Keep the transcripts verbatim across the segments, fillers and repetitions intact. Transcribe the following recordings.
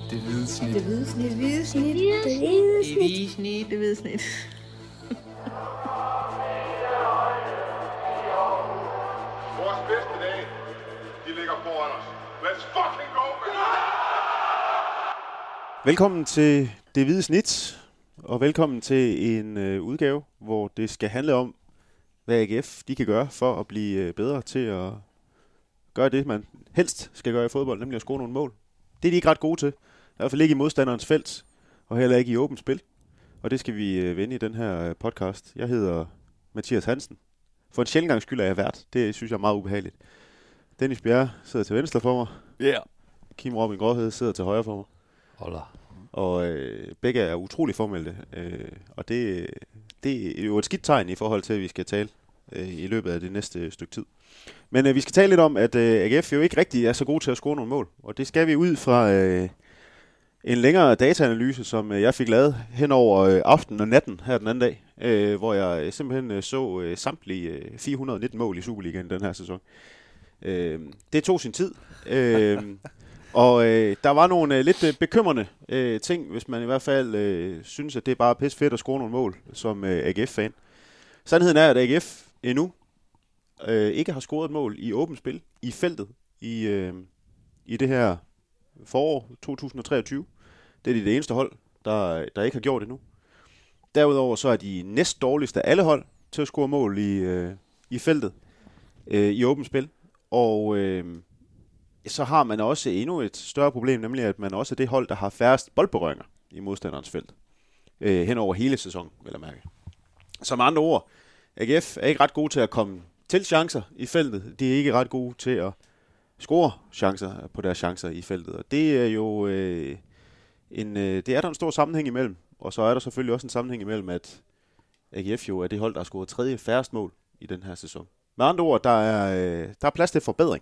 Det hvide snit. Det hvide snit. Det hvide snit. Det hvide snit. Det hvide snit. Det hvide snit. Vores bedste dage, de ligger foran os. Let's fucking go, man! Velkommen til Det Hvide Snit, og velkommen til en øh, udgave, hvor det skal handle om, hvad A G F de kan gøre for at blive øh, bedre til at gøre det, man helst skal gøre i fodbold, nemlig at score nogle mål. Det er de ikke ret gode til. I hvert fald ikke i modstanderens felt, og heller ikke i åbent spil. Og det skal vi øh, vende i den her øh, podcast. Jeg hedder Mathias Hansen. For en sjældent gang skyld er jeg vært. Det synes jeg er meget ubehageligt. Dennis Bjerre sidder til venstre for mig. Ja. Yeah. Kim Robin Gråhed sidder til højre for mig. Holder. Og øh, begge er utrolig formelle. Øh, og det, det er jo et skidt tegn i forhold til, at vi skal tale øh, i løbet af det næste stykke tid. Men øh, vi skal tale lidt om, at øh, A G F jo ikke rigtig er så god til at score nogle mål. Og det skal vi ud fra øh, en længere dataanalyse, som øh, jeg fik lavet hen over øh, aftenen og natten her den anden dag. Øh, hvor jeg øh, simpelthen øh, så øh, samtlige øh, fire hundrede nitten mål i Superligaen den her sæson. Øh, det tog sin tid. Øh, og øh, der var nogle øh, lidt øh, bekymrende øh, ting, hvis man i hvert fald øh, synes, at det er bare pisse fedt at score nogle mål som øh, A G F-fan. Sandheden er, at A G F endnu øh, ikke har scoret et mål i åbent spil i feltet i, øh, i det her forår to tusind og treogtyve. Det er de det eneste hold, der, der ikke har gjort det endnu. Derudover så er de næst dårligste af alle hold til at score mål i, øh, i feltet øh, i åbent spil. Og øh, så har man også endnu et større problem, nemlig at man også er det hold, der har færrest boldberøringer i modstanderens felt. Øh, hen over hele sæsonen, vil jeg mærke. Så med andre ord, A G F er ikke ret gode til at komme til chancer i feltet. De er ikke ret gode til at score chancer på deres chancer i feltet. Og det er jo øh, en, øh, det er der en stor sammenhæng imellem. Og så er der selvfølgelig også en sammenhæng imellem, at A G F jo er det hold, der har scoret tredje færrest mål i den her sæson. Med andre ord, der er, øh, der er plads til forbedring.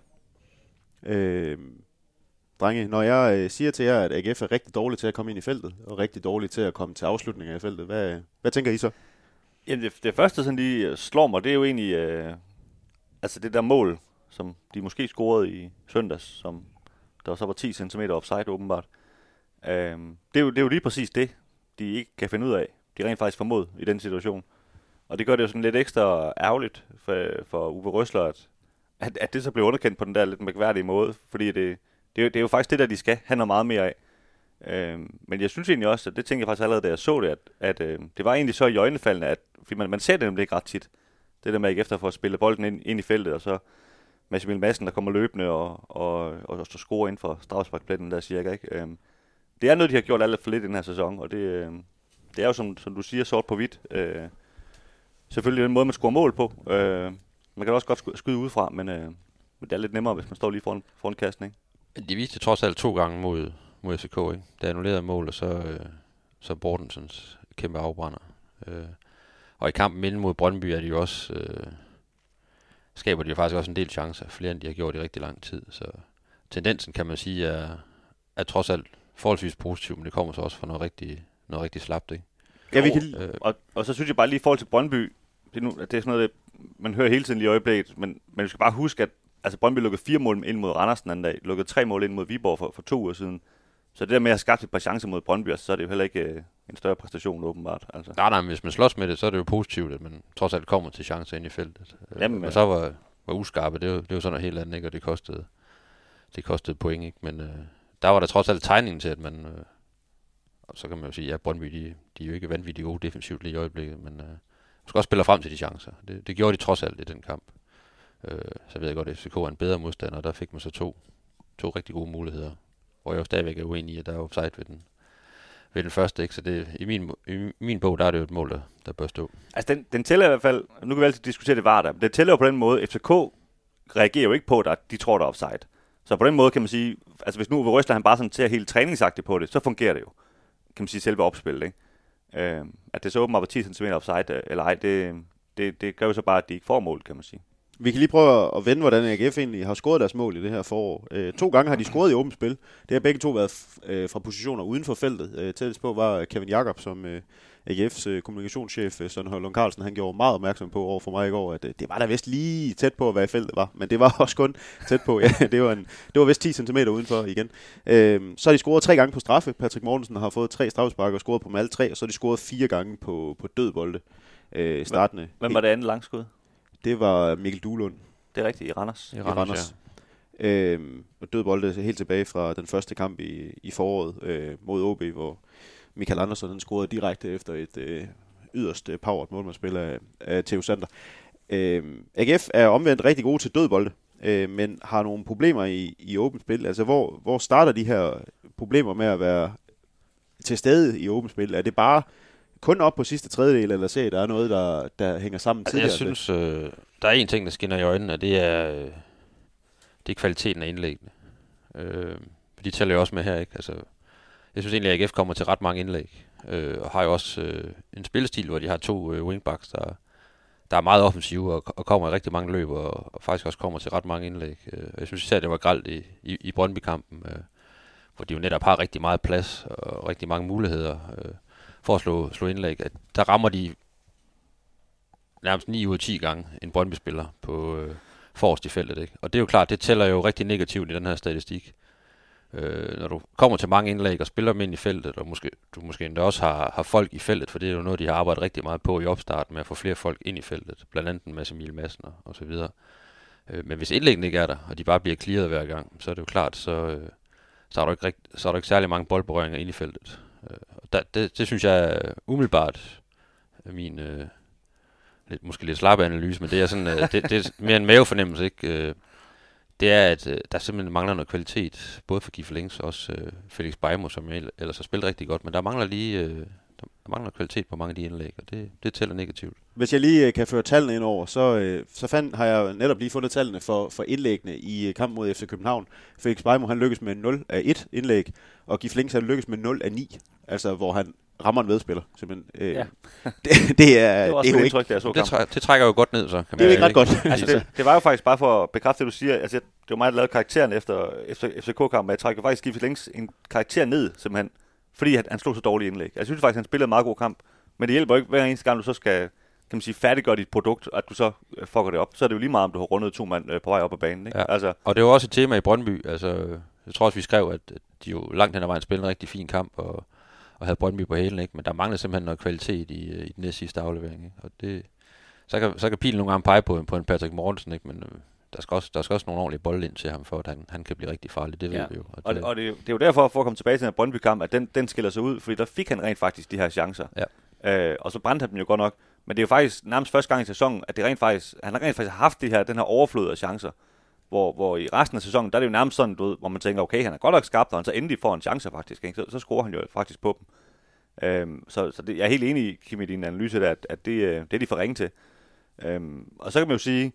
Øh, drenge, når jeg øh, siger til jer, at A G F er rigtig dårlig til at komme ind i feltet, og rigtig dårlig til at komme til afslutninger i feltet, hvad, hvad tænker I så? Jamen det, det første, som de slår mig, det er jo egentlig øh, altså det der mål, som de måske scorede i søndags, som der så var ti centimeter offside åbenbart. Øh, det, er jo, det er jo lige præcis det, de ikke kan finde ud af. De rent faktisk formod i den situation. Og det gør det jo sådan lidt ekstra ærgerligt for, for Uwe Rösler, at, at, at det så blev underkendt på den der lidt mærkværdige måde. Fordi det, det, er jo, det er jo faktisk det, der de skal have noget meget mere af. Øh, men jeg synes egentlig også, at det tænkte jeg faktisk allerede, da jeg så det, at, at øh, det var egentlig så i øjnefaldende, at fordi man, man ser det nemlig ikke ret tit. Det der med ikke efter for at spille bolden ind, ind i feltet, og så Mads Emil Madsen, der kommer løbende og, og, og, og scorer ind for straffesparkspletten der cirka, ikke? Øh, det er noget, de har gjort alt for lidt i den her sæson, og det, øh, det er jo, som, som du siger, sort på hvidt. Øh, selvfølgelig den måde, man scorer mål på. Øh, man kan også godt skyde udefra, men, øh, men det er lidt nemmere, hvis man står lige foran, foran kassen, ikke? De viste trods alt to gange mod, mod F C K, ikke? Der annullerede mål, og så, øh, så Bortensens kæmpe afbrænder. Øh, og i kampen inden mod Brøndby er de jo også, øh, skaber de jo faktisk også en del chancer, flere end de har gjort i rigtig lang tid. Så tendensen, kan man sige, er, er trods alt forholdsvis positiv, men det kommer så også fra noget rigtig, noget rigtig slapt, ikke? Ja, vi kan, øh, og, og så synes jeg bare lige i forhold til Brøndby, det er, nu, det er sådan noget, det, man hører hele tiden i øjeblikket, men, men vi skal bare huske, at altså Brøndby lukkede fire mål ind mod Randers den anden dag, lukkede tre mål ind mod Viborg for, for to uger siden. Så det der med at have skabt et par chancer mod Brøndby, altså, så er det jo heller ikke øh, en større præstation åbenbart. Altså. Nej, nej, men hvis man slås med det, så er det jo positivt, at man trods alt kommer til chancer ind i feltet. Jamen, og så var, var uskarpe, det var, det var sådan noget helt andet, ikke? Og det kostede, det kostede point, ikke? Men øh, der var der trods alt tegningen til, at man... Øh, og så kan man jo sige, at ja, Brøndby, de, de er jo ikke vanvittigt gode defensivt lige i øjeblikket, men øh, man skal også spille frem til de chancer. Det, det gjorde de trods alt i den kamp. Øh, så ved jeg godt, at F C K er en bedre modstander, og der fik man så to, to rigtig gode muligheder. Hvor jeg jo stadigvæk er uenig i, at der er offside ved den, ved den første, ikke? Så det, i, min, i min bog, der er det jo et mål, der, der bør stå. Altså, den, den tæller i hvert fald, nu kan vi altid diskutere det var der, men den tæller jo på den måde, F C K reagerer jo ikke på, at de tror, der er offside. Så på den måde kan man sige, altså hvis nu Uwe Rösler, han bare sådan ser helt træningsagtigt på det, så fungerer det jo, kan man sige, selve opspillet, ikke? Øh, at det så åbenbart var ti centimeter offside, eller ej, det, det, det gør jo så bare, at de ikke får mål, kan man sige. Vi kan lige prøve at vende, hvordan A G F egentlig har scoret deres mål i det her forår. Øh, to gange har de scoret i åbent spil. Det har begge to været f- øh, fra positioner uden for feltet. Øh, tættest på var Kevin Jakob, som øh, A G F's øh, kommunikationschef, øh, Søren Højlund Carlsen, han gjorde meget opmærksom på over for mig i går, at øh, det var da vist lige tæt på, hvad i feltet var. Men det var også kun tæt på. Ja, det var, en, det var vist ti centimeter udenfor igen. Øh, så har de scoret tre gange på straffe. Patrick Mortensen har fået tre straffespark og scoret på dem alle tre, og så har de scoret fire gange på, på dødbolde. Øh, startende. Hvem var det andet langskud? Det var Mikkel Duelund. Det er rigtigt, i Randers. I Randers, I Randers. Ja. Øhm, og død bolde helt tilbage fra den første kamp i, i foråret øh, mod O B, hvor Michael Andersen den scorede direkte efter et øh, yderst øh, powered målmandsspil af, af Theo Sander. Øhm, A G F er omvendt rigtig gode til dødbolde, øh, men har nogle problemer i, i åbent spil. Altså, hvor, hvor starter de her problemer med at være til stede i åbent spil? Er det bare kun op på sidste tredjedel, eller ser I, der er noget, der, der hænger sammen altså, tidligere? Jeg synes, øh, der er en ting, der skinner i øjnene, og det er, øh, det er kvaliteten af indlæggene. Øh, de tæller jo også med her, ikke? Altså, jeg synes egentlig, at A G F kommer til ret mange indlæg, øh, og har jo også øh, en spillestil, hvor de har to øh, wingbacks, der, der er meget offensive, og, og kommer i rigtig mange løb, og, og faktisk også kommer til ret mange indlæg. Øh, jeg synes især, det var grelt i, i, i Brøndby-kampen, øh, hvor de jo netop har rigtig meget plads, og rigtig mange muligheder, øh, for at slå, slå indlæg, at der rammer de nærmest ni ud af ti gange en Brøndby-spiller på øh, forrest i feltet, ikke? Og det er jo klart, det tæller jo rigtig negativt i den her statistik. Øh, når du kommer til mange indlæg og spiller dem ind i feltet, og måske, du måske endda også har, har folk i feltet, for det er jo noget, de har arbejdet rigtig meget på i opstarten med at få flere folk ind i feltet, blandt andet en masse Emil Madsen og så videre. Øh, men hvis indlæggene ikke er der, og de bare bliver clearet hver gang, så er det jo klart, så, øh, så, er der ikke rigt, så er der ikke særlig mange boldberøringer ind i feltet. Der, det, det synes jeg er umiddelbart min øh, lidt, måske lidt slappe analyse, men det er sådan, øh, det, det er mere en mavefornemmelse, ikke? Øh, det er, at øh, der simpelthen mangler noget kvalitet, både for Gifle Links og også øh, Felix Beimo, som ellers har spillet rigtig godt, men der mangler lige øh, der mangler kvalitet på mange af de indlæg, og det, det tæller negativt. Hvis jeg lige øh, kan føre tallene ind over, så, øh, så fand, har jeg netop lige fundet tallene for, for indlæggene i øh, kampen mod F C København. Felix Beimo, han lykkes med nul af et indlæg, og Gifle Links, han lykkes med nul af ni, altså hvor han rammer en medspiller, simpelthen. Øh, ja. det, det er, det var også det er jo indtryk, ikke, det, så det, træ, det trækker jo godt ned, så. Kan det er jo ikke ret godt. altså, det, det var jo faktisk bare for at bekræfte det, du siger. Altså, det var mig, der lavede karakteren efter F C K-kampen, men jeg trækker faktisk Gifle Links en karakter ned, simpelthen, fordi han, han slog så dårligt indlæg. Jeg synes faktisk, han spillede en meget god kamp, men det hjælper ikke hver eneste gang, du så skal, kan man sige, færdiggøre dit produkt, at du så uh, fucker det op. Så er det jo lige meget, om du har rundet to mand uh, på vej op ad banen. Ikke? Ja. Altså, og det var også et tema i Brøndby. Altså, jeg tror også, vi skrev, at de jo langt hen ad vejen spillede en rigtig fin kamp, og, og havde Brøndby på hælen, ikke? Men der manglede simpelthen noget kvalitet i, i den næste sidste aflevering. Ikke? Og det, så, kan, så kan pilen nogle gange pege på, på en Patrick Mortensen, ikke? Men øh, der, skal også, der skal også nogle ordentlige bolde ind til ham, for at han, han kan blive rigtig farlig. Det ved ja. vi jo. Og, og, det, og det, det er jo derfor, for at komme tilbage til den her Brøndby-kamp, at den, den skiller sig ud, fordi der fik han rent faktisk de her chancer. Ja. Øh, og så brændte han dem jo godt nok. Men det er jo faktisk nærmest første gang i sæsonen, at det rent faktisk, han har rent faktisk haft det her, den her overflod af chancer. Hvor, hvor i resten af sæsonen, der er det jo nærmest sådan, du ved, hvor man tænker, okay, han er godt nok skabt, og han så endelig får en chance faktisk, ikke? Så, så scorer han jo faktisk på dem. Øhm, så så det, jeg er helt enig i, Kim, i din analyse der, at, at det, det er de for ringe til. Øhm, og så kan man jo sige,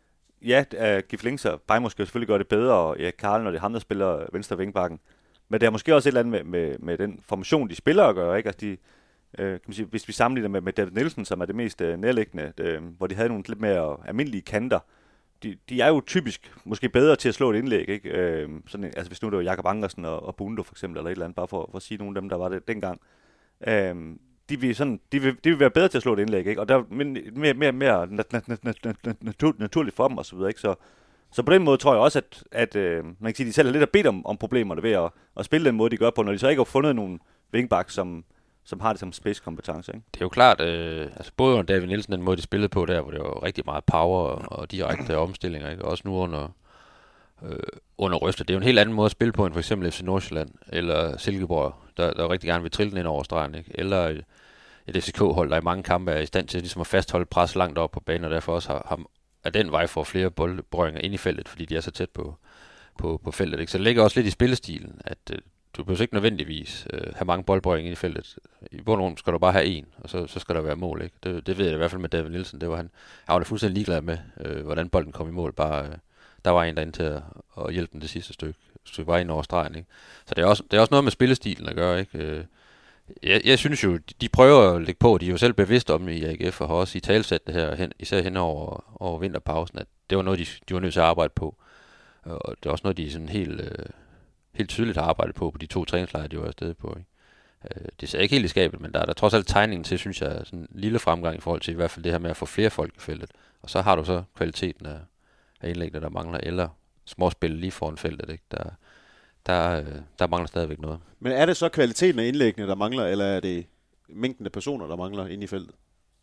ja, uh, Gifle Links og Beimo skal selvfølgelig gøre det bedre, og ja, Karl, når det er ham, der spiller venstre vingbakken. Men det er måske også et eller andet med, med, med den formation, de spiller at gøre, ikke? Altså de, øh, kan man sige, hvis vi sammenligner med, med David Nielsen, som er det mest øh, nærliggende, øh, hvor de havde nogle lidt mere almindelige kanter, de, de er jo typisk måske bedre til at slå et indlæg, ikke? Øh, sådan, altså hvis nu det var Jakob Ankersen og, og Bundo for eksempel, eller et eller andet, bare for, for at sige nogle af dem, der var det dengang. Øh, de vil, sådan, de, vil, de vil være bedre til at slå et indlæg, ikke? Og der er mere, mere, mere nat, nat, nat, nat, nat, natur, naturligt for dem, og så videre, ikke? Så, så på den måde tror jeg også, at, at øh, man kan sige, at de selv er lidt at bedt om, om problemerne ved at, at spille den måde, de gør på, når de så ikke har fundet nogle wingbacks, som, som har det som spidskompetence, ikke? Det er jo klart, øh, altså både under David Nielsen, den måde, de spillede på der, hvor det var rigtig meget power og, og direkte omstillinger, ikke? Også nu under, øh, under Røsler. Det er jo en helt anden måde at spille på, end for eksempel F C Nordsjælland eller Silkeborg, der, der rigtig gerne vil trille den ind over stregen, ikke? Eller et, et F C K-hold, der i mange kampe er i stand til ligesom at fastholde pres langt op på banen, og derfor også har, har af den vej får flere boldberøringer ind i feltet, fordi de er så tæt på, på, på feltet, ikke? Så det ligger også lidt i spillestilen, at øh, du behøver ikke nødvendigvis øh, have mange boldberøringer ind i feltet. I bund og grund skal du bare have en, og så, så skal der være mål, ikke? Det, det ved jeg i hvert fald med David Nielsen. Det var han, han var da fuldstændig ligeglad med, øh, hvordan bolden kom i mål. Bare, øh, der var en derinde til at, at hjælpe dem det sidste stykke. Så det var ind over stregen, ikke? Så det er, også, det er også noget med spillestilen at gøre, ikke? Øh, Jeg, jeg synes jo, de prøver at lægge på, de er jo selv bevidste om det i A G F, og har også i talsæt det her, hen, især hen over, over vinterpausen, at det var noget, de, de var nødt til at arbejde på. Og det er også noget, de sådan helt, øh, helt tydeligt har arbejdet på, på de to træningslejre, de var afsted på. Ikke? Øh, det ser ikke helt i skabet, men der er der trods alt tegningen til, synes jeg, sådan en lille fremgang i forhold til i hvert fald det her med at få flere folk i feltet. Og så har du så kvaliteten af, af indlæggene, der mangler, eller småspil lige foran feltet, ikke? Der, der, der mangler stadigvæk noget. Men er det så kvaliteten af indlæggene, der mangler, eller er det mængden af personer, der mangler inde i feltet?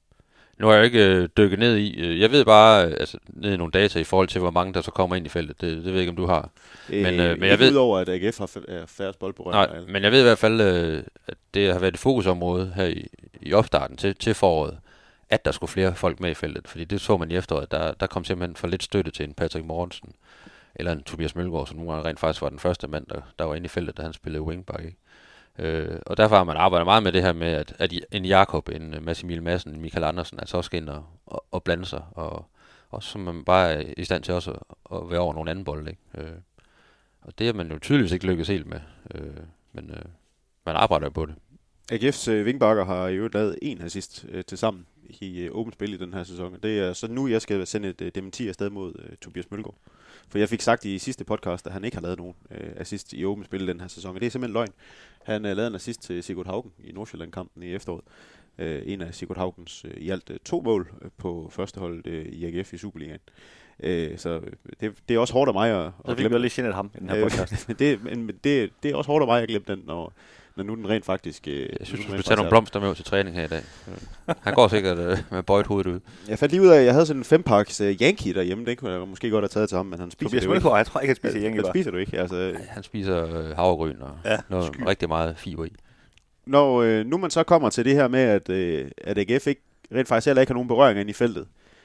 Nu har jeg jo ikke øh, dykket ned i. Jeg ved bare, øh, altså ned i nogle data i forhold til, hvor mange der så kommer ind i feltet. Det, det ved jeg ikke, om du har. Øh, men, øh, men jeg ved udover, at A G F har færre boldberøringer. Nej, men jeg ved i hvert fald, øh, at det har været et fokusområde her i, i opstarten til, til foråret, at der skulle flere folk med i feltet. Fordi det så man i efteråret. Der, der kom simpelthen for lidt støtte til en Patrick Mortensen eller en Tobias Mølgaard, som nogle gange rent faktisk var den første mand, der, der var inde i feltet, da han spillede wingback. Ikke? Øh, og derfor har man arbejdet meget med det her med, at, at en Jakob, en Mads Emil Madsen, en Michael Andersen, altså også skal ind og, og, og blande sig, og også som man bare er i stand til også at, at være over nogle anden bold. Ikke? Øh, og det har man jo tydeligvis ikke lykkes helt med, øh, men øh, man arbejder på det. A G F's øh, wingbacker har jo lavet en assist øh, til sammen i øh, åbent spil i den her sæson. Det er så nu, jeg skal sende et øh, dementi afsted mod øh, Tobias Mølgaard. For jeg fik sagt i sidste podcast, at han ikke har lavet nogen øh, assist i åbent spil i den her sæson. Og det er simpelthen løgn. Han har øh, lavet en assist til Sigurd Haugen i Nordsjælland-kampen i efteråret. Øh, en af Sigurd Haugens øh, i alt øh, to mål øh, på førsteholdet øh, i A G F i Superligaen. Øh, så det, det er også hårdt af mig at, at glemme. Så vi lige gennet ham i den her podcast. det, men det, det er også hårdt af mig at glemme den, når... når nu den rent faktisk... Øh, jeg synes, du skal tage nogle blomster med til træning her i dag. Han går sikkert øh, med bøjet hovedet ud. Jeg fandt lige ud af, at jeg havde sådan en fempaks øh, Yankee derhjemme. Det kunne jeg måske godt have taget til ham, men han spiser det jo ikke. Jeg tror ikke, han spiser Yankee. Han spiser du ikke. Altså, han spiser øh, havregryn og ja, noget rigtig meget fiber i. Når øh, nu man så kommer til det her med, at, øh, at A G F ikke, rent faktisk heller ikke har nogen berøringer ind i feltet.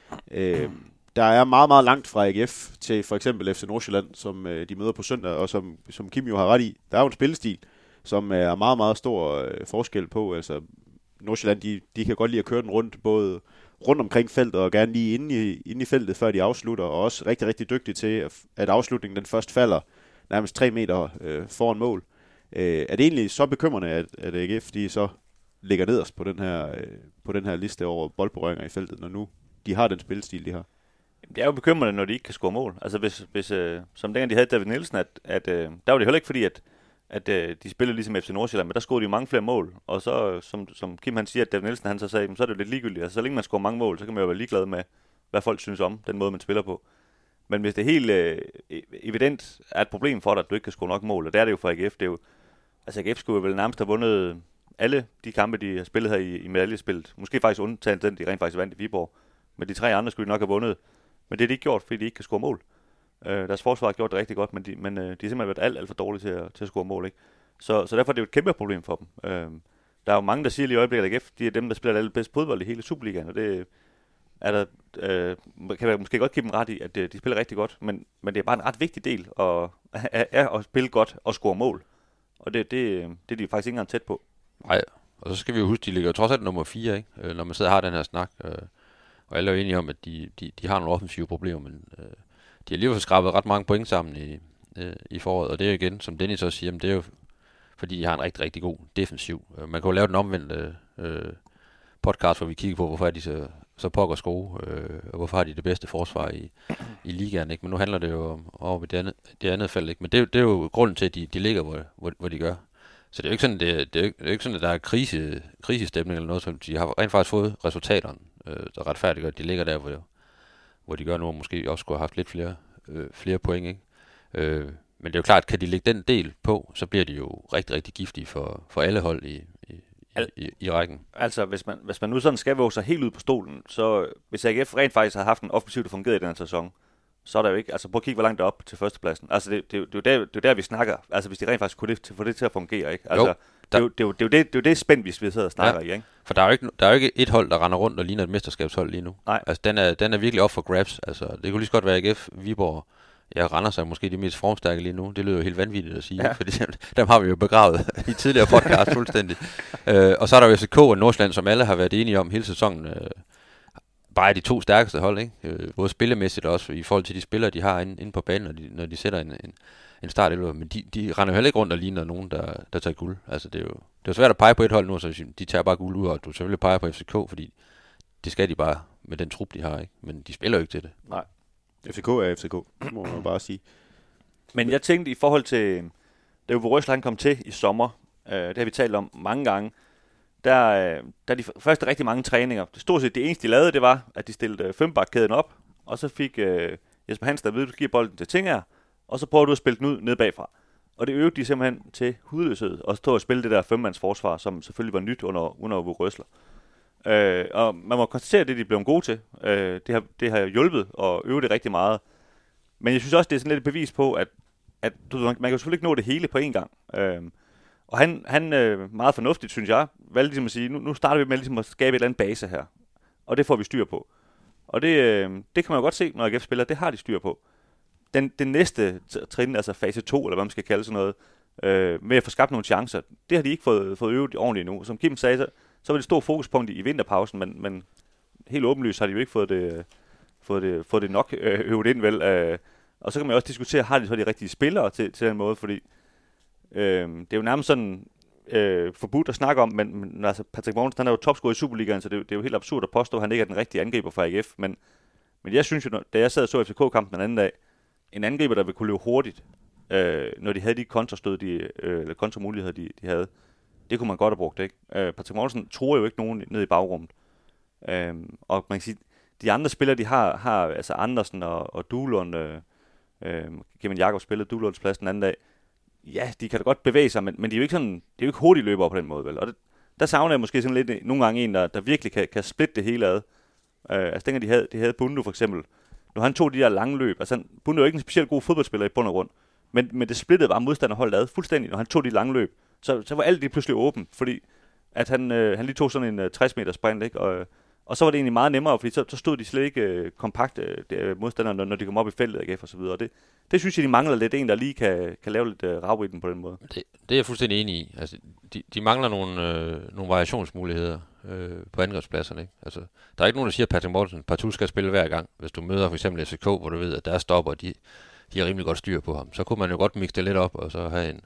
Øh, der er meget, meget langt fra A G F til for eksempel F C Nordsjælland, som øh, de møder på søndag, og som, som Kim jo har ret i. Der er jo en spillestil, som er meget, meget stor øh, forskel på. Altså, Nordsjælland, de, de kan godt lide at køre den rundt, både rundt omkring feltet og gerne lige inde i, inde i feltet, før de afslutter, og også rigtig, rigtig dygtige til, at, at afslutningen den først falder nærmest tre meter øh, foran mål. Øh, er det egentlig så bekymrende, at, at A G F de så ligger nederst på den her, øh, på den her liste over boldberøringer i feltet, når nu de har den spilstil, de har? Det er jo bekymrende, når de ikke kan score mål. Altså, hvis, hvis øh, som dengang de havde David Nielsen, at, at øh, der var det heller ikke fordi, at at øh, de spillede ligesom F C Nordsjælland, men der scorede de mange flere mål. Og så, som, som Kim han siger, at David Nielsen han så sagde, så er det jo lidt ligegyldigt. Altså, så længe man scorer mange mål, så kan man jo være ligeglad med, hvad folk synes om den måde, man spiller på. Men hvis det er helt øh, evident er et problem for dig, at du ikke kan score nok mål, og det er det jo for A G F, det er jo, altså A G F skulle vel nærmest have vundet alle de kampe, de har spillet her i, i medaljespillet. Måske faktisk undtaget den, de rent faktisk vandt i Viborg. Men de tre andre skulle de nok have vundet. Men det er de ikke gjort, fordi de ikke kan score mål. Øh, deres forsvar har gjort det rigtig godt, men de, men, øh, de har simpelthen været alt, alt for dårlige til at, til at score mål, ikke? Så, så derfor er det jo et kæmpe problem for dem. Øh, der er jo mange, der siger lige i øjeblikket, at A G F, de er dem, der spiller allerbedst fodbold i hele Superligaen, og det er der, øh, kan jeg måske godt give dem ret i, at de, de spiller rigtig godt, men, men det er bare en ret vigtig del at, at, at, at spille godt og score mål. Og det, det, det er de faktisk ikke engang tæt på. Nej, og så skal vi jo huske, de ligger jo trods alt nummer fire, ikke? Øh, når man sidder og har den her snak. Øh, og alle er jo enige om, at de, de, de har nogle offensive problemer, men øh, de har alligevel skrabet ret mange point sammen i, øh, i foråret. Og det er jo igen, som Dennis også siger, det er jo fordi de har en rigtig, rigtig god defensiv. Øh, man kan jo lave den omvendte øh, podcast, hvor vi kigger på, hvorfor er de så, så pokkers gode, øh, og hvorfor har de det bedste forsvar i, i ligaen, ikke? Men nu handler det jo om, om det, andet, det andet felt, ikke? Men det, det er jo grunden til, at de, de ligger, hvor, hvor, hvor de gør. Så det er jo ikke sådan, det, det er, det er ikke sådan, at der er krise, krisestemning eller noget, så de har rent faktisk fået resultaterne, øh, der retfærdiggør, at de ligger der, hvor, hvor de gør nu, og måske også skulle have haft lidt flere, øh, flere point, ikke? Øh, men det er jo klart, at kan de lægge den del på, så bliver de jo rigtig, rigtig giftige for, for alle hold i, i, i, i, i rækken. Altså, hvis man, hvis man nu sådan skal våge sig helt ud på stolen, så hvis A G F rent faktisk har haft en offensiv, der fungerede i den her sæson, så er der jo ikke, altså prøv at kigge, hvor langt det er op til førstepladsen. Altså, det, det, det, det, er jo der, det er der, vi snakker, altså hvis de rent faktisk kunne det, få det til at fungere, ikke? Altså, jo, det, er jo, det, er jo, det, er jo det, det er jo det spænd, vi sidder og snakker ja, i, ikke? For der er, jo ikke, der er jo ikke et hold, der render rundt og ligner et mesterskabshold lige nu. Nej. Altså, den er, den er virkelig op for grabs. Altså, det kunne lige så godt være A G F, Viborg, jeg render sig måske de mest formstærke lige nu. Det lyder jo helt vanvittigt at sige, ja. Fordi dem, dem har vi jo begravet i tidligere podcast fuldstændig. øh, og så er der jo F C K og Nordsjælland, som alle har været enige om hele sæsonen, øh, bare de to stærkeste hold, ikke? Øh, både spillemæssigt og også i forhold til de spillere, de har inde, inde på banen, når de, når de sætter en, en, en startelver. Men de, de render jo heller ikke rundt og ligner nogen, der, der tager guld. Altså, det er jo det er svært at pege på et hold nu, så de tager bare guld ud, og du selvfølgelig peger på F C K, fordi det skal de bare med den trup, de har, ikke? Men de spiller jo ikke til det. Nej. F C K er F C K, må man bare sige. Men jeg tænkte i forhold til, da Uwe Rösler han kom til i sommer, øh, det har vi talt om mange gange, der, øh, der de første rigtig mange træninger, det stort set det eneste, de lavede, det var, at de stillede øh, fembakkæden op, og så fik øh, Jesper Hansen at vide, du giver bolden til Tinger, og så prøver du at spille den ud ned bagfra. Og det øvede de simpelthen til hudløshed, og stå og spille det der femmandsforsvar, som selvfølgelig var nyt under, under Uwe Rösler. Øh, og man må konstatere, at det de blev gode til. Øh, det, har, det har hjulpet og øvet det rigtig meget. Men jeg synes også, det er sådan lidt et bevis på, at, at du, man kan jo selvfølgelig ikke nå det hele på én gang. Øh, og han, han øh, meget fornuftigt, synes jeg, valgte ligesom at sige, nu, nu starter vi med ligesom at skabe et eller andet base her. Og det får vi styr på. Og det, øh, det kan man jo godt se, når A G F spiller, det har de styr på. Den, den næste trin, altså fase to, eller hvad man skal kalde sådan noget, øh, med at få skabt nogle chancer, det har de ikke fået, fået øvet ordentligt endnu. Som Kim sagde, så, så var det et stort fokuspunkt i, i vinterpausen, men, men helt åbenlyst har de jo ikke fået det, fået det, fået det nok øh, øvet ind, vel. Øh, og så kan man også diskutere, har de så de rigtige spillere til, til den måde, fordi øh, det er jo nærmest sådan øh, forbudt at snakke om, men, men altså Patrick Mogensen, han er jo topscorer i Superligaen, så det, det er jo helt absurd at påstå, at han ikke er den rigtige angriber for A G F, men, men jeg synes jo, da jeg sad og så F C K-kampen den anden dag, en angriber, der ville kunne løbe hurtigt, øh, når de havde de kontrastød, de, øh, eller kontramuligheder, de, de havde. Det kunne man godt have brugt, ikke? Øh, Patrick Mogensen tror jo ikke nogen ned i bagrummet. Øh, og man kan sige, de andre spillere, de har, har altså Andersen og, og Duhlund, øh, øh, Kevin Jakob spillede Duhlunds plads den anden dag. Ja, de kan da godt bevæge sig, men, men de er jo ikke sådan, de er jo ikke hurtige løbere på den måde, vel? Og det, der savner jeg måske sådan lidt nogle gange en, der, der virkelig kan, kan splitte det hele ad. Øh, altså dengang de havde, de havde Bundu for eksempel. Nu han tog de der lange løb. Altså Bundu er jo ikke en specielt god fodboldspiller i bund og grund. Men, men det splittede bare modstanderholdet ad fuldstændig, når han tog de lange løb. Så, så var alt det pludselig åbent, fordi at han, øh, han lige tog sådan en øh, tres meter sprint, ikke? Og, og så var det egentlig meget nemmere, fordi så, så stod de slet ikke øh, kompakt øh, modstandere, når, når de kom op i feltet, A G F og så videre. Og det, det synes jeg, de mangler lidt en, der lige kan, kan lave lidt øh, rav i den på den måde. Det, det er jeg fuldstændig enig i. Altså, de, de mangler nogle, øh, nogle variationsmuligheder øh, på angrebspladserne, ikke? Altså, der er ikke nogen, der siger, at Patrick Mortensen partout skal spille hver gang. Hvis du møder for eksempel F C K, hvor du ved, at der stopper, de, de har rimelig godt styr på ham, så kunne man jo godt mixe det lidt op, og så have en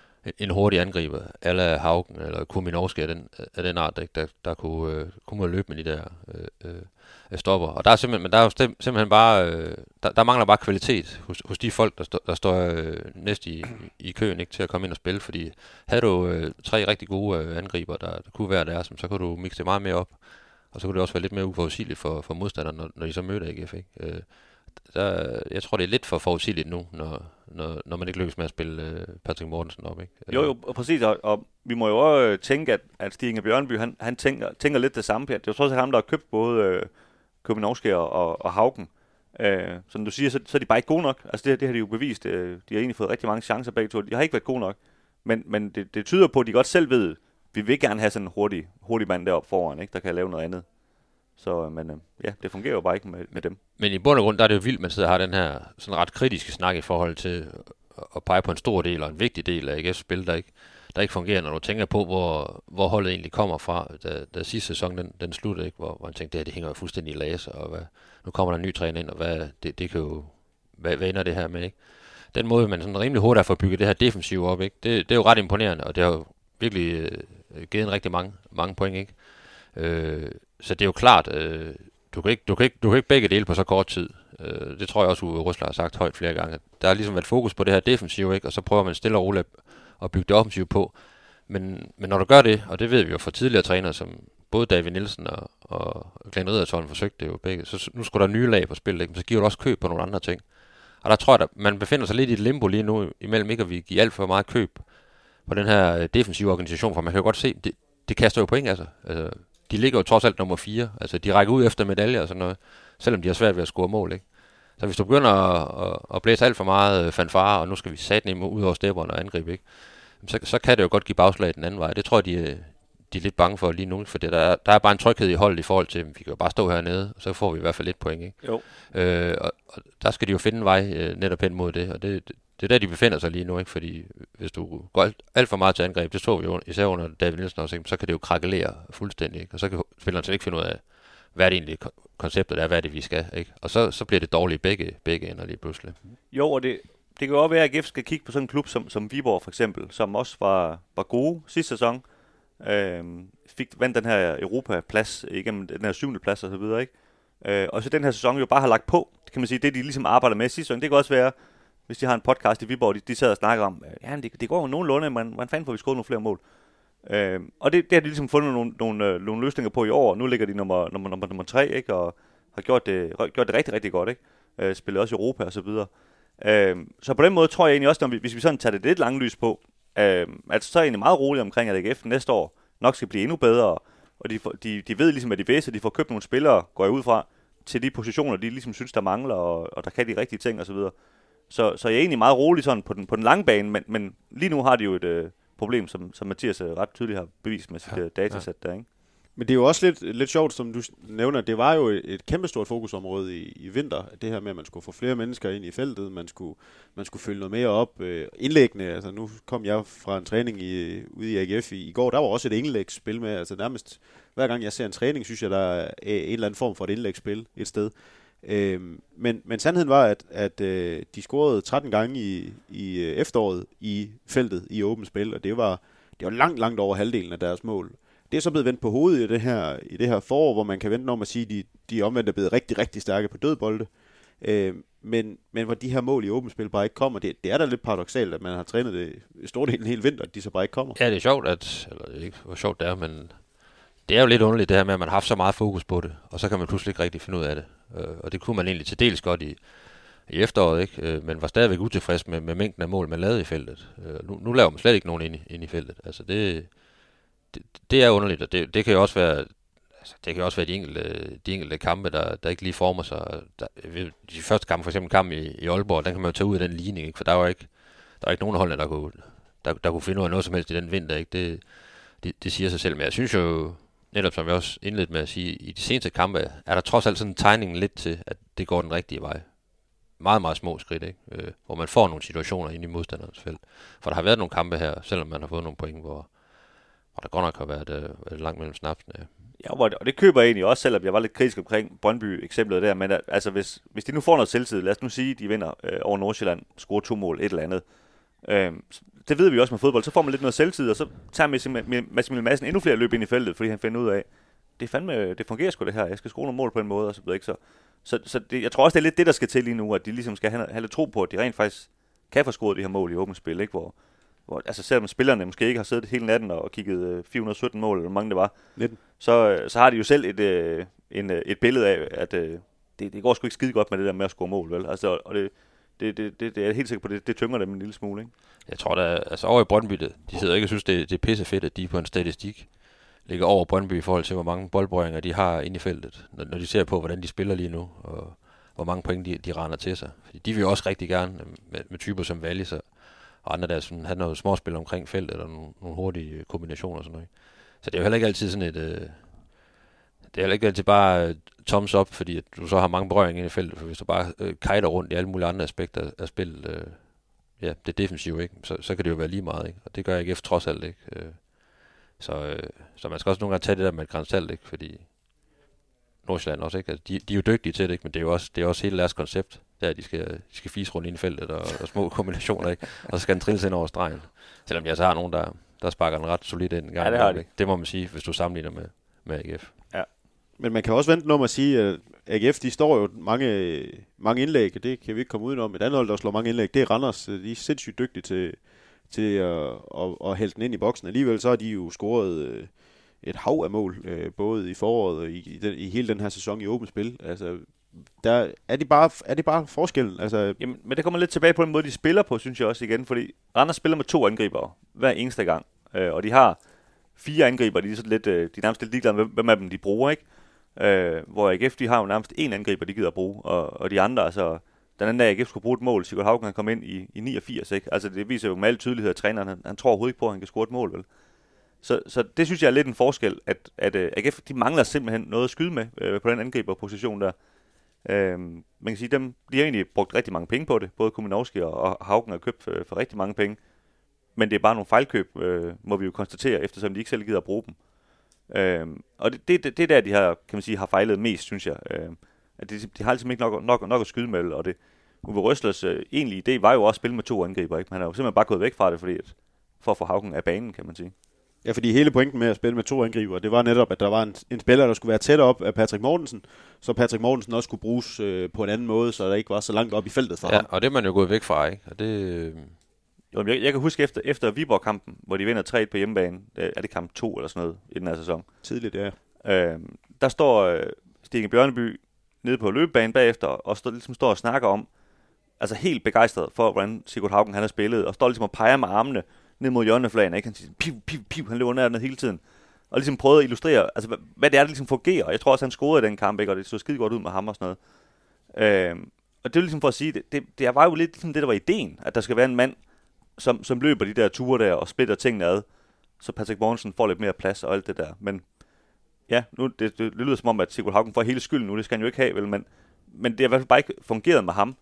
en hurtig angriber, ala Haugen eller Kuminovski af den, af den art, der, der kunne, øh, kunne løbe med de der øh, øh, stopper. Og der er simpelthen, men der er jo simpelthen bare, øh, der, der mangler bare kvalitet hos, hos de folk, der, stå, der står øh, næst i, i køen, ikke, til at komme ind og spille, fordi havde du øh, tre rigtig gode øh, angriber, der, der kunne være der, så kunne du mixe det meget mere op, og så kunne det også være lidt mere uforudsigeligt for, for modstanderne, når, når de så møder A G F, ikke? Øh, Der, jeg tror, det er lidt for forudsigeligt nu, når, når, når man ikke lykkes med at spille øh, Patrick Mortensen op, ikke? Jo, jo, og præcis, og, og vi må jo også tænke, at, at Stig Inge Bjørnby, han, han tænker, tænker lidt det samme, Per. Det er jo trods alt ham, der har købt både øh, Kuminovski og, og, og Haugen. Øh, som du siger, så, så er de bare ikke gode nok. Altså det, det har de jo bevist. Øh, de har egentlig fået rigtig mange chancer begge to. De har ikke været gode nok. Men, men det, det tyder på, at de godt selv ved, vi vil gerne have sådan en hurtig, hurtig mand deroppe foran, ikke, der kan lave noget andet. Så, men øh, ja, det fungerer jo bare ikke med, med dem. Men i bund og grund, der er det jo vildt, man sidder og har den her sådan ret kritiske snak i forhold til at pege på en stor del og en vigtig del af A G F's spil, der ikke, der ikke fungerer, når du tænker på, hvor, hvor holdet egentlig kommer fra, da, da sidste sæson den, den sluttede, ikke? Hvor, hvor man tænkte, det her det hænger jo fuldstændig i laser, og hvad, nu kommer der en ny træner ind, og hvad, det, det kan jo, hvad, hvad ender det her med, ikke? Den måde, man sådan rimelig hurtigt har fået bygget det her defensiv op, ikke? Det, det er jo ret imponerende, og det har jo virkelig øh, givet en rigtig mange, mange point, ikke? Øh, så det er jo klart, øh, du kan ikke, du kan ikke, du kan ikke begge dele på så kort tid. Øh, det tror jeg også, Uwe Rösler har sagt højt flere gange. Der har ligesom været fokus på det her defensiv, ikke? Og så prøver man stille og roligt at bygge det offensiv på. Men, men når du gør det, og det ved vi jo fra tidligere trænere, som både David Nielsen og, og Glenn Riddertholm forsøgte det jo begge, så nu skulle der nye lag på spil, ikke? Men så giver du også køb på nogle andre ting. Og der tror jeg, at man befinder sig lidt i et limbo lige nu, imellem ikke at vi giver alt for meget køb på den her defensive organisation, for man kan jo godt se, det, det kaster jo point, altså. altså de ligger jo trods alt nummer fire. Altså, de rækker ud efter medaljer og sådan noget, selvom de har svært ved at score mål, ikke? Så hvis du begynder at, at, at blæse alt for meget fanfare, og nu skal vi satme ud over stepperne og angribe, ikke? Så, så kan det jo godt give bagslag den anden vej. Det tror jeg, de, de er lidt bange for lige nu, for der er, der er bare en tryghed i holdet i forhold til, vi kan jo bare stå hernede, og så får vi i hvert fald lidt point, ikke? Jo. Øh, og, og der skal de jo finde en vej øh, netop hen mod det, og det, det, det er der, de befinder sig lige nu, ikke? Fordi hvis du går alt, alt for meget til angreb, det så vi jo især under David Nielsen også, ikke? Så kan det jo krakelere fuldstændig, ikke? Og så kan spilleren slet ikke finde ud af, hvad det egentlig konceptet er, hvad er det, vi skal, ikke? Og så, så bliver det dårligt begge, begge ender lige pludselig. Jo, og det, det kan jo også være, at A G F skal kigge på sådan en klub som, som Viborg for eksempel, som også var, var gode sidste sæson. Øhm, fik vandt den her Europa-plads igennem den her syvende plads og så videre, ikke? Øh, og så den her sæson jo bare har lagt på, kan man sige, det de ligesom arbejder med sidste sæson. Det kan også være, hvis de har en podcast i Viborg, de, de sidder og snakker om, ja, det, det går jo nogenlunde, men hvordan fanden får vi skåret nogle flere mål? Øh, og det, det har de ligesom fundet nogle, nogle, øh, nogle løsninger på i år. Nu ligger de nummer, nummer, nummer, nummer tre, ikke? Og har gjort det, gjort det rigtig, rigtig godt, ikke? Øh, spillet også i Europa og så videre. Øh, så på den måde tror jeg egentlig også, når vi, hvis vi sådan tager det lidt langt lys på, øh, altså så er jeg egentlig meget rolig omkring, at A G F næste år nok skal blive endnu bedre, og de, får, de, de ved ligesom, at de vil, så de får købt nogle spillere, går jeg ud fra, til de positioner, de ligesom synes, der mangler, og, og der kan de rigtige ting og så videre. Så, så jeg er egentlig meget rolig sådan på den, på den lange bane, men, men lige nu har de jo et øh, problem, som, som Mathias ret tydeligt har bevist med sit ja, datasæt ja. der, ikke? Men det er jo også lidt, lidt sjovt, som du nævner, det var jo et, et kæmpestort fokusområde i, i vinter, det her med, at man skulle få flere mennesker ind i feltet, man skulle, man skulle følge noget mere op. Øh, indlæggende, altså nu kom jeg fra en træning i, ude i A G F i, i går, der var også et indlægsspil med, altså nærmest hver gang jeg ser en træning, synes jeg, der er en eller anden form for et indlægsspil et sted. Øh, men, men sandheden var, at, at øh, de scorede tretten gange i, i efteråret i feltet i åbent spil, og det var, det var langt, langt over halvdelen af deres mål. Det er så blevet vendt på hovedet i det her, i det her forår, hvor man kan vente om at sige, at de, de omvendt er blevet rigtig, rigtig stærke på dødbolde. Øh, men, men hvor de her mål i åbent spil bare ikke kommer, det, det er da lidt paradoksalt, at man har trænet det i stor del en hel vinter, at de så bare ikke kommer. Ja, det er sjovt, at, eller det er ikke hvor sjovt det er, men det er jo lidt underligt det her med, at man har haft så meget fokus på det, og så kan man pludselig ikke rigtig finde ud af det. Øh, og det kunne man egentlig til dels godt i, i efteråret, ikke? Øh, men var stadigvæk utilfreds med, med mængden af mål, man lavede i feltet. Øh, nu, nu laver man slet ikke nogen ind i, ind i feltet. Altså det... Det, det er underligt, og det, det kan jo også være, altså, det kan jo også være de enkelte, de enkelte kampe, der, der ikke lige former sig. Der, de første kampe, for eksempel kamp i, i Aalborg, den kan man jo tage ud af den ligning, ikke? For der var ikke, der var ikke nogen af holdene, der kunne, der, der kunne finde ud af noget som helst i den vinter, ikke? Det, det, det siger sig selv, men jeg synes jo, netop som jeg også indledte med at sige, i de seneste kampe, er der trods alt sådan tegningen lidt til, at det går den rigtige vej. Meget, meget små skridt, ikke? Øh, hvor man får nogle situationer inde i modstanderens felt. For der har været nogle kampe her, selvom man har fået nogle point, hvor og der godt nok har været øh, langt mellem snapsene. Ja. Ja, og det køber jeg egentlig også, selvom jeg var lidt kritisk omkring Brøndby-eksemplet der. Men altså, hvis, hvis de nu får noget selvtid, lad os nu sige, de vinder øh, over Nordsjælland, scorer to mål, et eller andet. Øh, det ved vi også med fodbold. Så får man lidt noget selvtid, og så tager Maximilian Madsen endnu flere løb ind i feltet, fordi han finder ud af, det er fandme, det fungerer sgu det her. Jeg skal score nogle mål på en måde, og så videre, ikke så. Så, så det, jeg tror også, det er lidt det, der skal til lige nu, at de ligesom skal have, have lidt tro på, at de rent faktisk kan få scoret de her mål i åbent spil, ikke? Hvor Hvor, altså selvom spillerne måske ikke har siddet hele natten og kigget øh, fire hundrede og sytten mål, eller hvor mange det var, nitten så, øh, så har de jo selv et, øh, en, øh, et billede af, at øh, det, det går sgu ikke skide godt med det der med at score mål, vel? Altså, og det, det, det, det, det er helt sikker på, det, det tynger dem en lille smule, ikke? Jeg tror da, altså over i Brøndby, de sidder ikke og synes, det, det er pisse fedt, at de på en statistik ligger over Brøndby i forhold til, hvor mange boldberøringer de har inde i feltet, når, når de ser på, hvordan de spiller lige nu, og hvor mange point de, de render til sig. Fordi de vil jo også rigtig gerne, med, med typer som Wallis og og andre der sådan, havde noget småspil omkring feltet, eller nogle, nogle hurtige kombinationer og sådan noget. Så det er jo heller ikke altid sådan et, øh, det er heller ikke altid bare uh, thumbs up, fordi at du så har mange berøringer inde i feltet, for hvis du bare øh, kajter rundt i alle mulige andre aspekter af spillet, øh, ja, det er defensivt, ikke? Så, så kan det jo være lige meget, ikke? Og det gør A G F trods alt, ikke? Øh, så, øh, så man skal også nogle gange tage det der med et grænsalt, ikke? Fordi Nordsjælland også, ikke? Altså, de, de er jo dygtige til det, ikke? Men det er jo også, det er også hele deres koncept. Der de skal, de skal fise rundt ind i feltet og, og små kombinationer, ikke? Og så skal den trilles ind over stregen. Selvom jeg så har nogen, der, der sparker den ret solidt ind en gang. Ja, det har de. Det må man sige, hvis du sammenligner med, med A G F. Ja. Men man kan også vente om at sige, at A G F, de står jo mange, mange indlæg, og det kan vi ikke komme udenom. Et andet hold, der slår mange indlæg, det er Randers. De er sindssygt dygtige til, til at, at, at hælde den ind i boksen. Alligevel så har de jo scoret et hav af mål, både i foråret og i, i, den, i hele den her sæson i åbent spil. Altså, der er det bare er det bare forskellen. Altså, jamen, men det kommer lidt tilbage på den måde de spiller på, synes jeg også igen, fordi Randers spiller med to angribere hver eneste gang, øh, og de har fire angriber, de er sådan lidt, øh, de er nærmest lidt ligeglade med, hvem af dem de bruger, ikke? Øh, hvor A G F, de har jo nærmest én angriber, de gider at bruge, og, og de andre, altså den anden dag A G F skulle bruge et mål, Sigurd Haugen kan komme ind i, i niogfirs, ikke? Altså det viser jo med al tydelighed, at træneren han, han tror overhovedet ikke på, at han kan score et mål, vel? Så, så det synes jeg er lidt en forskel, at, at uh, A G F, de mangler simpelthen noget at skyde med uh, på den angriberposition der. Uh, man kan sige, dem, de har egentlig brugt rigtig mange penge på det. Både Kuminowski og, og Haugen har købt for, for rigtig mange penge. Men det er bare nogle fejlkøb, uh, må vi jo konstatere, eftersom de ikke selv gider at bruge dem. Øhm, og det, det, det er der, de har, kan man sige, har fejlet mest, synes jeg. Øhm, at de, de har altid ikke nok, nok, nok at skyde med, og det Uwe Røslers øh, egentlige idé var jo også at spille med to angriber, ikke? Men han har jo simpelthen bare gået væk fra det, fordi at, for at få Haugen af banen, kan man sige. Ja, fordi hele pointen med at spille med to angriber, det var netop, at der var en, en spiller, der skulle være tæt op af Patrick Mortensen, så Patrick Mortensen også kunne bruges øh, på en anden måde, så der ikke var så langt op i feltet for ja, ham. og det er man jo gået væk fra, ikke? Og det... Øh... Jo, jeg, jeg kan huske efter, efter Viborg-kampen, hvor de vinder tre på hjemmebane, er det kamp to eller sådan noget i den her sæson. Tidligt, ja. Øh, der står øh, Stine Bjørneby nede på løbebanen bagefter, og står, ligesom står og snakker om, altså helt begejstret for, hvordan Sigurd Haugen han har spillet, og står ligesom og peger med armene ned mod hjørneflagen, ikke? Han siger, piv, piv, piv, han løber ned ned hele tiden. Og ligesom prøvede at illustrere, altså hvad, hvad det er, der ligesom fungerer. Jeg tror også, han scorede i den kamp, ikke? Og det så skide godt ud med ham og sådan noget. Øh, og det er ligesom for at sige, det, det, det var jo lidt ligesom det, der var ideen, at der skal være en mand, som, som løber de der ture der og splitter tingene ad, så Patrick Mortensen får lidt mere plads og alt det der. Men ja, nu det, det, det lyder som om, at Sigurd Haugen får hele skylden nu, det skal han jo ikke have, vel? Men, men det har i hvert fald bare ikke fungeret med ham.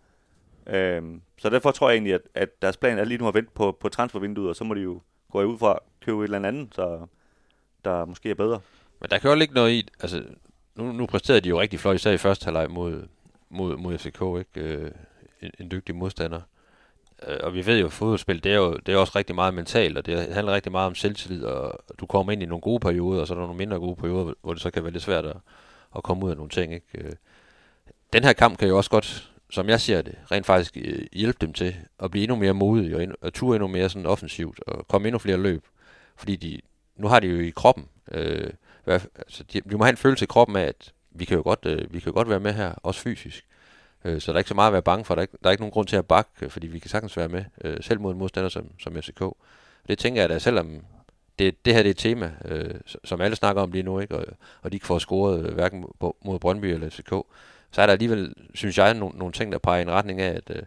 Øhm, så derfor tror jeg egentlig, at, at deres plan er lige nu at vente på, på transfervinduet, og så må de jo gå ud fra at købe et eller andet, så der måske er bedre. Men der kan jo ikke noget i, altså nu, nu præsterede de jo rigtig flot, især i første halvleg mod, mod, mod F C K, ikke? Øh, en, en dygtig modstander. Øh, og vi ved jo, at fodboldspil, det er jo det er også rigtig meget mentalt, og det handler rigtig meget om selvtillid, og du kommer ind i nogle gode perioder, og så er der nogle mindre gode perioder, hvor det så kan være lidt svært at, at komme ud af nogle ting, ikke? Øh, den her kamp kan jo også godt, som jeg ser det, rent faktisk hjælpe dem til at blive endnu mere modige, og, og ture endnu mere sådan offensivt, og komme endnu flere løb. Fordi de, nu har de jo i kroppen, øh, altså de, de må have en følelse i kroppen af, at vi kan jo godt, øh, vi kan jo godt være med her, også fysisk. Øh, så der er ikke så meget at være bange for, der er ikke, der er ikke nogen grund til at bakke, fordi vi kan sagtens være med, øh, selv mod en modstander som, som F C K. Og det tænker jeg da, selvom det, det her det er et tema, øh, som alle snakker om lige nu, ikke? Og, og de ikke får scoret øh, hverken mod Brøndby eller F C K, så er der alligevel, synes jeg, nogle, nogle ting, der peger i en retning af, at,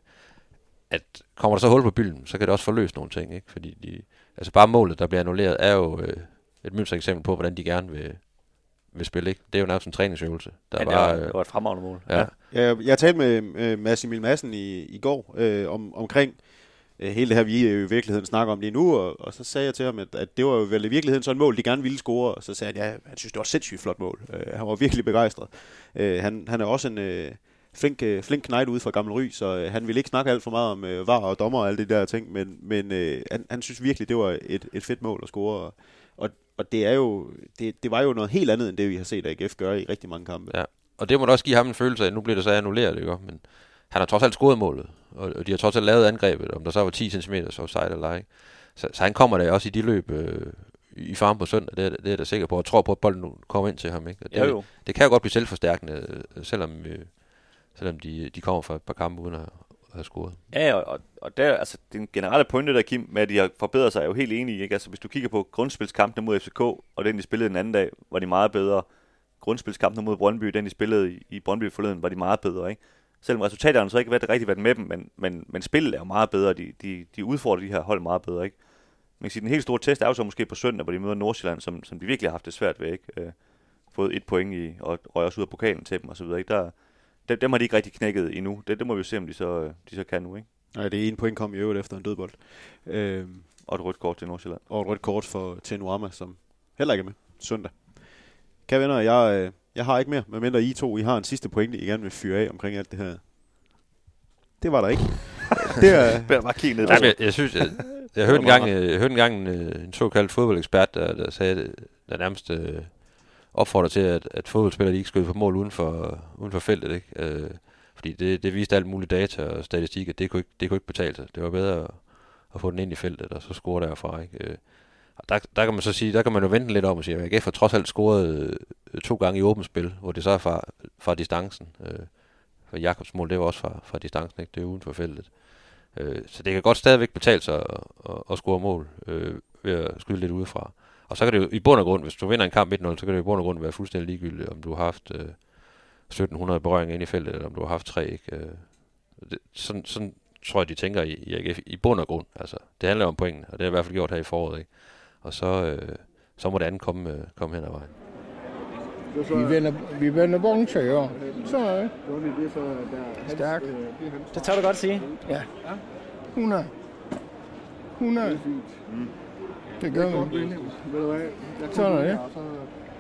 at kommer der så hul på bylden, så kan det også forløse nogle ting, ikke? Fordi de, altså bare målet, der bliver annulleret, er jo øh, et mønster eksempel på, hvordan de gerne vil, vil spille, ikke? Det er jo nærmest en træningsøvelse. Der ja, det, var, var, det var et fremragende mål. Ja. Ja. Jeg, jeg talte med øh, Mads Emil Madsen i, i går øh, om, omkring øh, hele det her, vi i virkeligheden snakker om lige nu, og, og så sagde jeg til ham, at, at det var jo vel i virkeligheden sådan et mål, de gerne ville score, og så sagde han, ja, han synes, det var et sindssygt flot mål. Øh, han var virkelig begejstret. Øh, han, han er også en øh, flink, øh, flink knejt ude fra Gammel Ry, så øh, han ville ikke snakke alt for meget om øh, var og dommer og alle de der ting, men, men øh, han, han synes virkelig, det var et, et fedt mål at score, og, og, og det er jo det, det var jo noget helt andet, end det vi har set A G F gøre i rigtig mange kampe. Ja. Og det må da også give ham en følelse af, at nu bliver det så annulleret, ikke? Men han har trods alt scoret målet, og de har trods alt lavet angrebet, om der så var ti centimeter så offside eller ej. Så, så han kommer da også i de løb øh, i farm på søndag, det er, det er jeg da sikker på, og tror på, at bolden nu kommer ind til ham, ikke? Det, jo, jo. det kan jo godt blive selvforstærkende, selvom, øh, selvom de, de kommer fra et par kampe uden at have scoret. Ja, og, og der, altså, den generelle pointe der, Kim, med at de har forbedret sig, er jo helt enig i, ikke? Altså, hvis du kigger på grundspilskampene mod F C K, og den de spillede den anden dag, var de meget bedre. Grundspilskampene mod Brøndby, den de spillede i, i Brøndby forleden, var de meget bedre, ikke? Selvom resultaterne så ikke været rigtig været med dem, men, men, men spillet er jo meget bedre, de, de, de udfordrer de her hold meget bedre, ikke? Man kan sige, den helt store test er jo så måske på søndag, hvor de møder Nordsjælland, som, som de virkelig har haft det svært ved, ikke? Øh, fået et point i, og røg også ud af pokalen til dem, og så videre, ikke? Der, dem, dem har de ikke rigtig knækket endnu. Det, det må vi jo se, om de så, de så kan nu, ikke? Nej, det ene point kom i øvrigt efter en dødbold. Øhm, og et rødt kort til Nordsjælland. Og et rødt kort for Tenuama, som heller ikke er med søndag. Kære venner, jeg, øh, jeg har ikke mere, medmindre I to, I har en sidste pointe, I gerne vil fyre af omkring alt det her. Det var der ikke. Det er... Jeg bare kigge ned. Nej, jeg, jeg synes, jeg, jeg hørte engang, jeg hørte engang en, en såkaldt fodboldekspert, der, der sagde, der nærmest øh, opfordrer til, at, at fodboldspillere ikke skød på mål uden for, uden for feltet, ikke? Øh, fordi det, det viste alt muligt data og statistik, at det kunne ikke, det kunne ikke betale sig. Det var bedre at, at få den ind i feltet, og så score derfra, ikke? Øh, og der, der kan man så sige, der kan man jo vente lidt om og sige, at A G F har trods alt scoret øh, to gange i åbent spil, hvor det så er fra, fra distancen. Øh, for Jakobs mål, det var også fra, fra distancen, ikke? Det er uden for feltet. Øh, så det kan godt stadigvæk betale sig at, at, at score mål øh, ved at skyde lidt udefra. Og så kan det jo i bund og grund, hvis du vinder en kamp et nul, så kan det i bund og grund være fuldstændig ligegyldigt, om du har haft øh, sytten hundrede berøringer ind i feltet, eller om du har haft tre, ikke? Øh, det, sådan, sådan tror jeg, de tænker i, i A G F i bund og grund. Altså, det handler om pointene, og det har jeg i hvert fald gjort her i foråret, ikke? Og så, øh, så må det andet komme, øh, komme hen ad vejen. Vi vender, vi vender bronze i år. Så er det. Stærkt. Det tør du godt sige. Ja. hundrede. hundrede. Det gør vi. Sådan er det.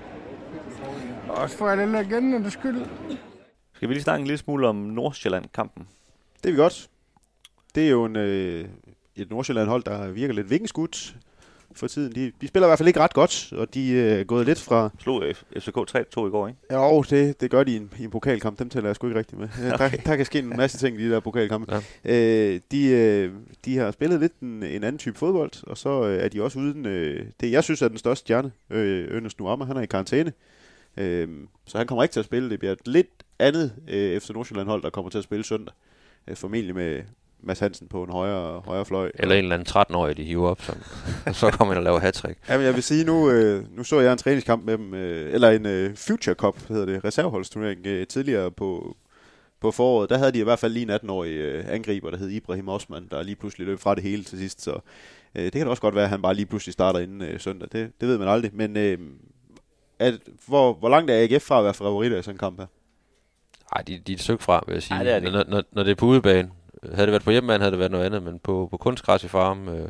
Også for alle legendernes skyld. Skal vi lige snakke en lille smule om Nordsjælland-kampen? Det er vi godt. Det er jo en, øh, et Nordsjælland-hold, der virker lidt vingeskudt for tiden. De, de spiller i hvert fald ikke ret godt, og de er øh, gået lidt fra... Slog F C K tre to i går, ikke? Jo, det, det gør de i en, i en pokalkamp. Dem tæller jeg sgu ikke rigtigt med. Okay. Der, der kan ske en masse ting i de der pokalkampe. Ja. Øh, de, øh, de har spillet lidt en, en anden type fodbold, og så øh, er de også uden øh, det, jeg synes er den største stjerne. Øh, Ernest Nuama, han er i karantæne. Øh, så han kommer ikke til at spille. Det bliver et lidt andet øh, F C Nordsjælland-hold, der kommer til at spille søndag. Øh, formentlig med Mads Hansen på en højre, højre fløj. Eller en eller anden tretten-årig, de hiver op, som, og så kommer han og laver hat-trick. Jamen, jeg vil sige, nu, øh, nu så jeg en træningskamp med dem, øh, eller en øh, Future Cup, hedder det, reserveholdsturnering, øh, tidligere på, på foråret. Der havde de i hvert fald lige en atten-årig øh, angriber, der hed Ibrahim Osman, der lige pludselig løb fra det hele til sidst. Så øh, det kan da også godt være, at han bare lige pludselig starter inden øh, søndag. Det, det ved man aldrig. Men øh, at, hvor, hvor langt er A G F fra at være favoritter i sådan en kamp her? Nej, de, de er et stykke fra, vil jeg sige. Ej, det er det. Når, når, når det er på udebane. Havde det været på hjemmebane, havde det været noget andet, men på, på kunstgræs i Farum, øh,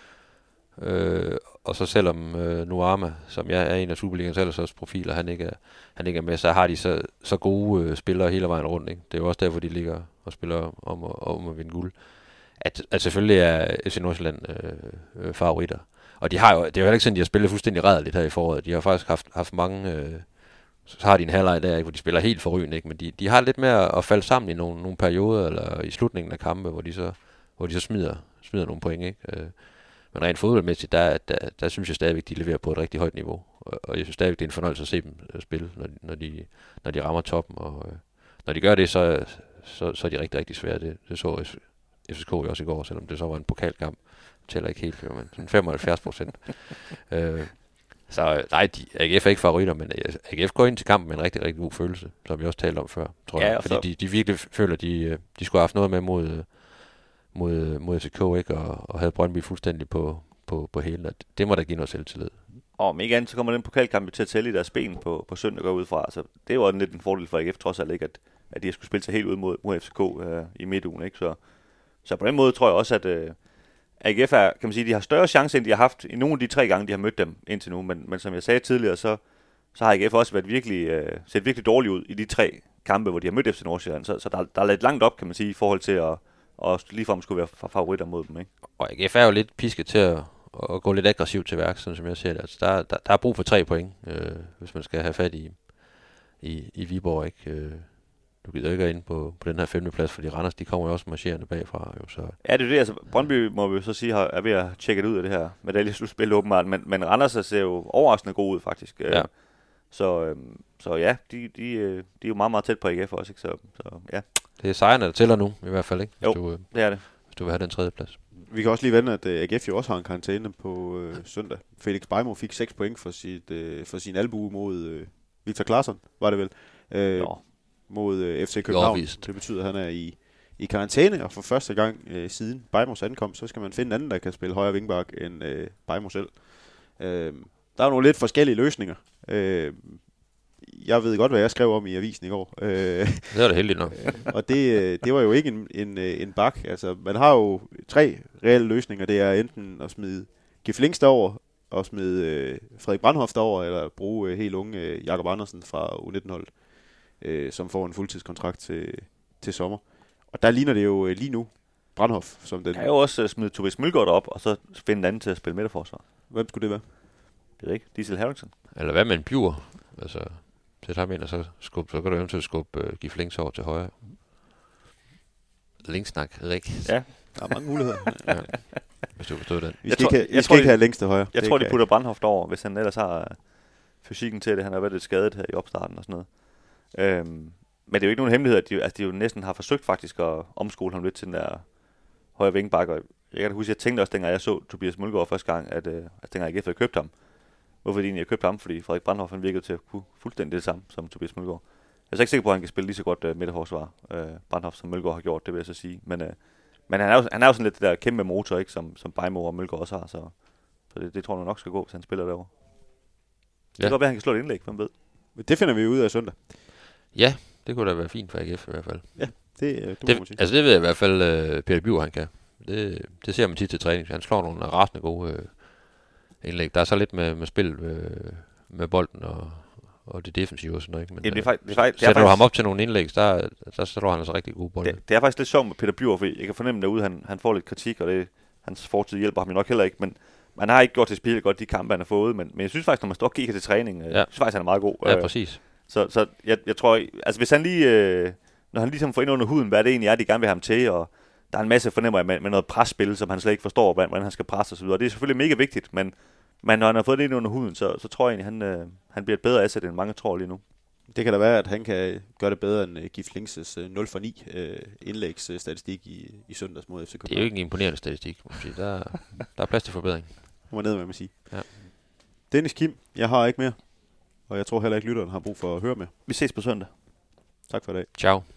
øh, og så selvom øh, Nuama, som jeg er en af Superligaens allersøs profiler, han ikke er, han ikke er med, så har de så, så gode øh, spillere hele vejen rundt. Ikke? Det er jo også derfor, de ligger og spiller om, om at vinde guld. At, at selvfølgelig er F C Nordsjælland øh, øh, favoritter. Og de har jo, det er jo heller ikke sådan, de har spillet fuldstændig rædderligt her i foråret. De har faktisk haft, haft mange... Øh, så har de en halvleg der, ikke, hvor de spiller helt forrygende, ikke? Men de, de har lidt mere at falde sammen i nogle, nogle perioder, eller i slutningen af kampe, hvor de så, hvor de så smider, smider nogle point. Ikke? Øh, men rent fodboldmæssigt, der, der, der synes jeg stadigvæk, de leverer på et rigtig højt niveau. Og, og jeg synes stadigvæk, det er en fornøjelse at se dem spille, når, når, de, når de rammer toppen. Og øh, når de gør det, så, så, så er de rigtig, rigtig svære. Det, det så F C K også i går, selvom det så var en pokalkamp. Det tæller ikke helt, men sådan femoghalvfjerds procent. øh, Så nej, de, A G F er ikke favoritter, men A G F går ind til kampen med en rigtig, rigtig god følelse, som vi også talte om før, tror ja, jeg. Fordi de, de virkelig føler, at de, de skulle have haft noget med mod, mod, mod F C K, ikke? Og, og havde Brøndby fuldstændig på, på, på hælen. Det må da give noget selvtillid. Og om ikke andet, så kommer den pokalkamp til at tælle i deres ben på, på søndag går ud fra. Altså, det var lidt en fordel for A G F, trods alt ikke, at, at de skulle spille sig helt ud mod, mod F C K øh, i midtugen. Ikke? Så, så på den måde tror jeg også, at... Øh, A G F er, kan man sige, de har større chance, end de har haft i nogle af de tre gange, de har mødt dem indtil nu. Men, men som jeg sagde tidligere, så, så har A G F også været virkelig, øh, set virkelig dårligt ud i de tre kampe, hvor de har mødt F C Nordsjælland. Så, så der, der er lidt langt op, kan man sige, i forhold til at, at ligefrem skulle være favoritter mod dem. Ikke? Og A G F er jo lidt pisket til at, at gå lidt aggressivt til værk, sådan som jeg ser det. Altså, der, der, der er brug for tre point, øh, hvis man skal have fat i, i, i Viborg, ikke? Øh. Du gider ikke ind på, på den her femte plads, fordi Randers, de kommer jo også marcherende bagfra. Jo, så. Ja, det er det. Altså, Brøndby, må vi jo så sige, har, er ved at tjekke det ud af det her medaljeslutspil åbenbart, men, men Randers ser jo overraskende god ud, faktisk. Ja. Så, øhm, så ja, de, de, de er jo meget, meget tæt på A G F også, ikke? Så, så ja. Det er sejrene, der tæller nu, i hvert fald, ikke? Hvis Jo, du, det er det. Hvis du vil have den tredje plads. Vi kan også lige vende, at uh, A G F jo også har en karantæne på øh, søndag. Felix Beimo fik seks point for, sit, øh, for sin albue mod øh, Victor Claesson, var det vel? Øh, mod øh, F C København. Jo, det betyder, at han er i, i karantæne, og for første gang øh, siden Beimos ankomst, så skal man finde en anden, der kan spille højre vingbak end øh, Beimo selv. Øh, der er nogle lidt forskellige løsninger. Øh, jeg ved godt, hvad jeg skrev om i avisen i går. Øh, det var det heldigt nok. og det, det var jo ikke en, en, en bak. Altså, man har jo tre reelle løsninger. Det er enten at smide Gif Links derover, og smide øh, Frederik Brandhoff derover, eller bruge øh, helt unge øh, Jakob Andersen fra U nitten-holdet. Øh, som får en fuldtidskontrakt til, til sommer. Og der ligner det jo øh, lige nu Brandhoff som den. Kan jo også uh, smide Tobias Mølgaard op, og så finde en anden til at spille midterforsvar. Hvem skulle det være? Det ved ikke. Diesel Harrington. Eller hvad med en Bjur? Altså, det har mener så skub, så kan du eventuelt skubbe uh, Gif Links over til højre. Linksnak, Rik. Ja. Der er mange muligheder. Ja. Hvis du forstår den. Vi skal, tror, ikke, vi skal tror, ikke have længst til højre. Jeg det tror, de putter Brandhoff over, hvis han ellers har uh, fysikken til det. Han har været lidt skadet her i opstarten og sådan noget. Øhm, men det er jo ikke nogen hemmelighed, at de, altså, de jo næsten har forsøgt faktisk at omskole ham lidt til den der højre vingbak. Og jeg kan huske, at jeg tænkte også, dengang jeg så Tobias Mølgaard første gang, at, øh, at dengang jeg ikke havde købt ham. Hvorfor de egentlig har købt ham? Fordi Frederik Brandhoff han virkede til at kunne fuldstændig det samme som Tobias Mølgaard. Jeg er ikke sikker på, at han kan spille lige så godt øh, midterforsvar, øh, Brandhoff, som Mølgaard har gjort, det vil jeg så sige. Men, øh, men han, er jo, han er jo sådan lidt det der kæmpe motor, ikke, som, som Beimo og Mølgaard også har. Så, så det, det tror jeg nok skal gå, hvis han spiller derovre. Ja. Det kan godt være, at han kan slå et indlæg, hvem ved. Det finder vi ud af søndag. Ja, det kunne da være fint for A G F i hvert fald. Ja, det, det, det altså det ved jeg i hvert fald, uh, Peter Bjur han kan. Det, det ser man tit til træning. Han slår nogle rasende gode uh, indlæg. Der er så lidt med, med spil uh, med bolden og, og det defensive og sådan noget. Ikke? Men Jamen, det er øh, faktisk, det er faktisk, sætter det er du faktisk, ham op til nogle indlæg, der, der slår han altså rigtig gode bolde. det, det er faktisk lidt sjovt med Peter Bjur, for jeg kan fornemme derude, han, han får lidt kritik, og det, hans fortid hjælper ham jo nok heller ikke, men man har ikke gjort til spil godt de kampe, han har fået, men, men jeg synes faktisk, når man står og kigger til træning, ja. jeg synes faktisk, han er meget god. Ja, præcis. Så, så jeg, jeg tror, altså hvis han lige, øh, når han ligesom får ind under huden, hvad det egentlig er, de gerne vil have ham til, og der er en masse fornemmer med, med noget presspil, som han slet ikke forstår, hvordan han skal presse osv., og det er selvfølgelig mega vigtigt, men, men når han har fået det ind under huden, så, så tror jeg egentlig, han, øh, han bliver et bedre asset, end mange tror lige nu. Det kan da være, at han kan gøre det bedre end uh, Gif Links' uh, nul for ni uh, indlægsstatistik i, i søndags mod F C København. Det er jo ikke en imponerende statistik, må man sige. Der, der er plads til forbedring. Må ned, hvad man sige. Ja. Dennis Kim, jeg har ikke mere, og jeg tror heller ikke, lytteren har brug for at høre med. Vi ses på søndag. Tak for i dag. Ciao.